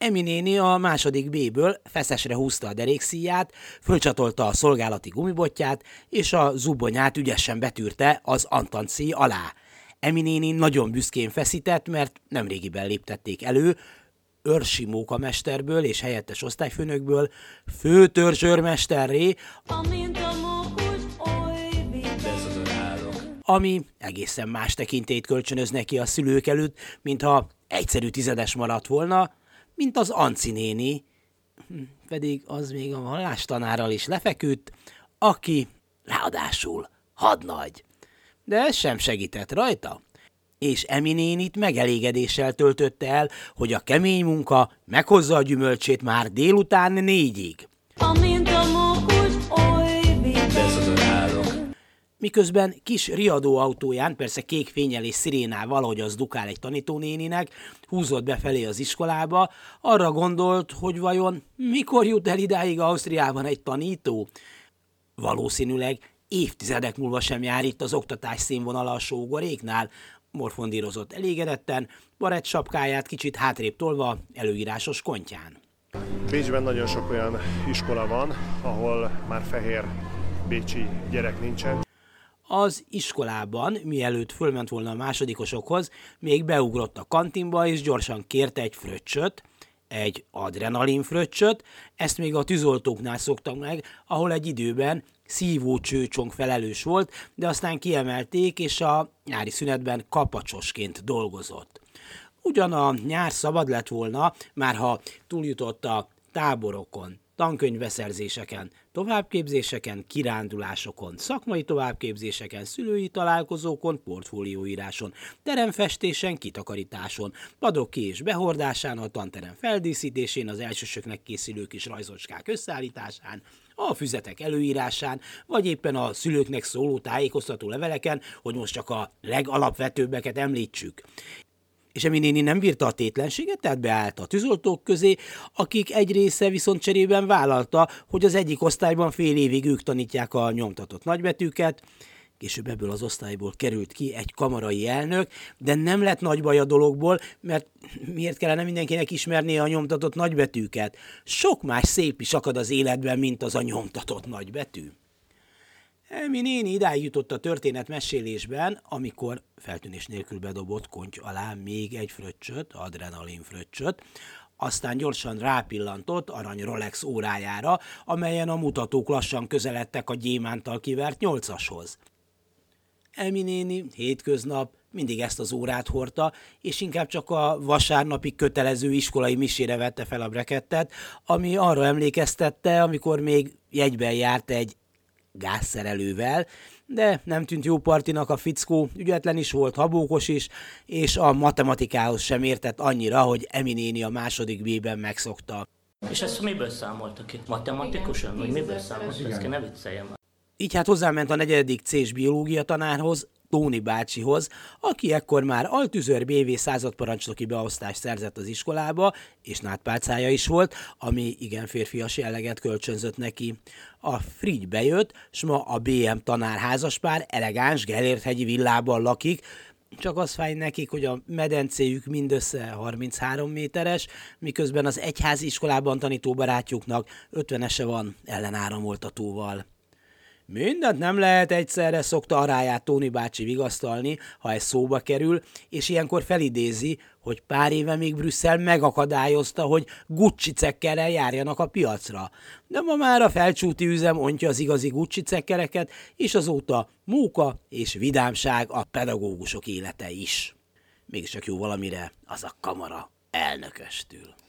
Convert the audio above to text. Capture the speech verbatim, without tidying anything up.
Emi néni a második B-ből feszesre húzta a derékszíját, fölcsatolta a szolgálati gumibotját, és a zubonyát ügyesen betűrte az antanc-szíj alá. Emi néni nagyon büszkén feszített, mert nemrégiben léptették elő, Őrsi Móka mesterből és helyettes osztályfőnökből főtörzsőrmesterré, ami egészen más tekintélyt kölcsönöz neki a szülők előtt, mintha egyszerű tizedes maradt volna, mint az Anci néni, pedig az még a vallástanárral is lefeküdt, aki ráadásul hadnagy. De ez sem segített rajta, és Emi nénit megelégedéssel töltötte el, hogy a kemény munka meghozza a gyümölcsét már délután négyig. Miközben kis riadóautóján, persze kék fénnyel és szirénával, ahogy az dukál egy tanítónéninek, húzott befelé az iskolába, arra gondolt, hogy vajon mikor jut el idáig Ausztriában egy tanító? Valószínűleg évtizedek múlva sem jár itt az oktatás színvonala a sógoréknál, morfondírozott elégedetten, barett sapkáját kicsit hátrébb tolva előírásos kontyán. Bécsben nagyon sok olyan iskola van, ahol már fehér bécsi gyerek nincsen. Az iskolában, mielőtt fölment volna a másodikosokhoz, még beugrott a kantinba, és gyorsan kért egy fröccsöt, egy adrenalin fröccsöt, ezt még a tűzoltóknál szoktak meg, ahol egy időben szívó csőcsong felelős volt, de aztán kiemelték, és a nyári szünetben kapacsosként dolgozott. Ugyan a nyár szabad lett volna, már ha túljutott a táborokon, tankönyvbeszerzéseken, továbbképzéseken, kirándulásokon, szakmai továbbképzéseken, szülői találkozókon, portfólióíráson, teremfestésen, kitakarításon, padok ki- és behordásán, a tanterem feldíszítésén, az elsősöknek készülő kis rajzocskák összeállításán, a füzetek előírásán, vagy éppen a szülőknek szóló tájékoztató leveleken, hogy most csak a legalapvetőbbeket említsük. És Emi néni nem bírta a tétlenséget, tehát beállt a tűzoltók közé, akik egy része viszont cserében vállalta, hogy az egyik osztályban fél évig ők tanítják a nyomtatott nagybetűket. Később ebből az osztályból került ki egy kamarai elnök, de nem lett nagy baj a dologból, mert miért kellene mindenkinek ismernie a nyomtatott nagybetűket? Sok más szép is akad az életben, mint az a nyomtatott nagybetű. Emi néni idáig jutott a történetmesélésben, amikor feltűnés nélkül bedobott konty alá még egy fröccsöt, adrenalin fröccsöt, aztán gyorsan rápillantott arany Rolex órájára, amelyen a mutatók lassan közeledtek a gyémánttal kivert nyolcashoz. Emi néni hétköznap mindig ezt az órát hordta, és inkább csak a vasárnapi kötelező iskolai misére vette fel a brekettet, ami arra emlékeztette, amikor még jegyben járt egy gázszerelővel, de nem tűnt jó partinak a fickó, ügyetlen is volt, habókos is, és a matematikához sem értett annyira, hogy Emi néni a második B-ben megszokta. És ezt miből számoltak ki? Matematikusan? Vagy miből számoltak? Ezt ne vicceljem. Így hát hozzáment a negyedik C-s biológia tanárhoz, Tóni bácsihoz, aki ekkor már altüzőr bé vé századparancsnoki beosztást szerzett az iskolába, és nátpálcája is volt, ami igen férfias jelleget kölcsönzött neki. A Frigy bejött, s ma a bé em tanár házaspár elegáns Gellért-hegyi villában lakik, csak az fáj nekik, hogy a medencéjük mindössze harminchárom méteres, miközben az egyházi iskolában tanító barátjuknak ötvenese van ellenáramoltatóval. Mindent nem lehet egyszerre, szokta a ráját Tóni bácsi vigasztalni, ha ez szóba kerül, és ilyenkor felidézi, hogy pár éve még Brüsszel megakadályozta, hogy Gucci cekkerrel járjanak a piacra. De ma már a felcsúti üzem ontja az igazi Gucci cekkereket, és azóta móka és vidámság a pedagógusok élete is. Mégiscsak jó valamire az a kamara elnököstül.